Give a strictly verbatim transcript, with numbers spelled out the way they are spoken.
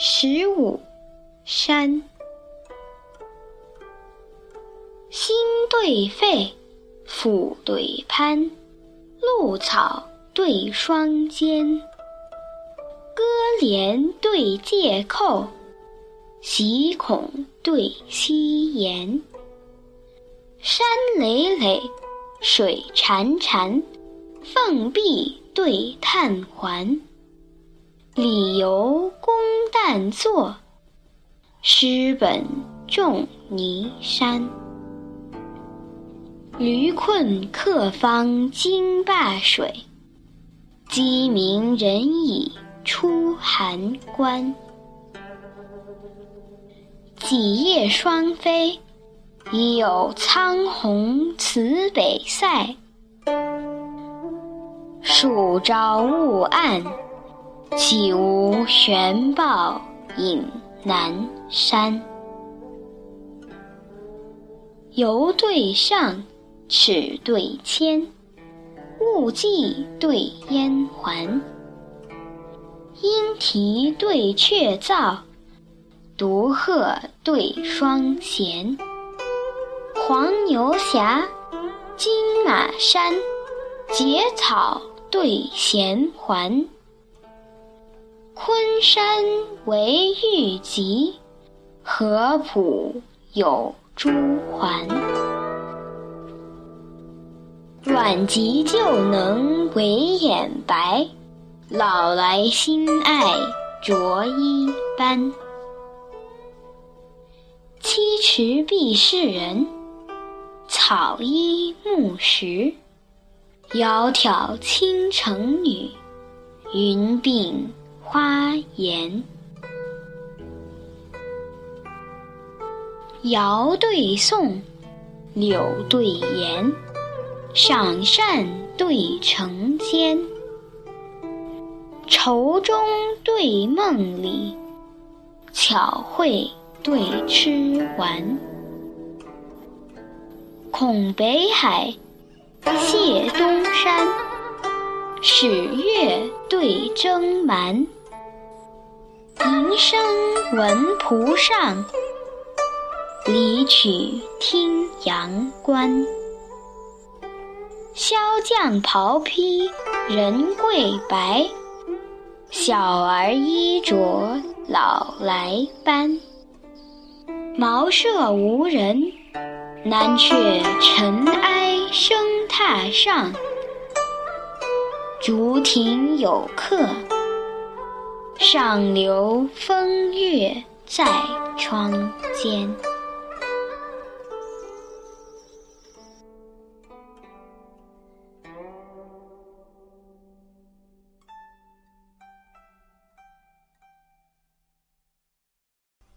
十五，山。心对肺，腹对攀，露草对霜间。歌帘对借扣，喜孔对西檐。山累累，水潺潺，凤壁对探环。理由公旦作，诗本仲尼山。驴困客方惊灞水，鸡鸣人已出函关。几叶双飞，已有苍鸿辞北塞。树朝雾暗，岂无悬抱引南山。犹对上，齿对铅，雾髻对烟环。莺啼对雀噪，独鹤对双弦。黄牛峡，金马山，结草对衔环。昆山为玉极，合浦有朱环。阮籍旧能惟眼白，老来新爱着衣斑。七尺避世人，草衣木石。窈窕倾城女，云鬓花颜。尧对宋，柳对檐。赏善对惩奸，愁中对梦里，巧慧对痴玩。恐北海，谢东山，使月对征蛮。吟声闻蒲上，离曲听阳关。萧将袍披人贵白，小儿衣着老来斑。茅舍无人，南阙尘埃生榻上。竹亭有客，上流风月在窗间。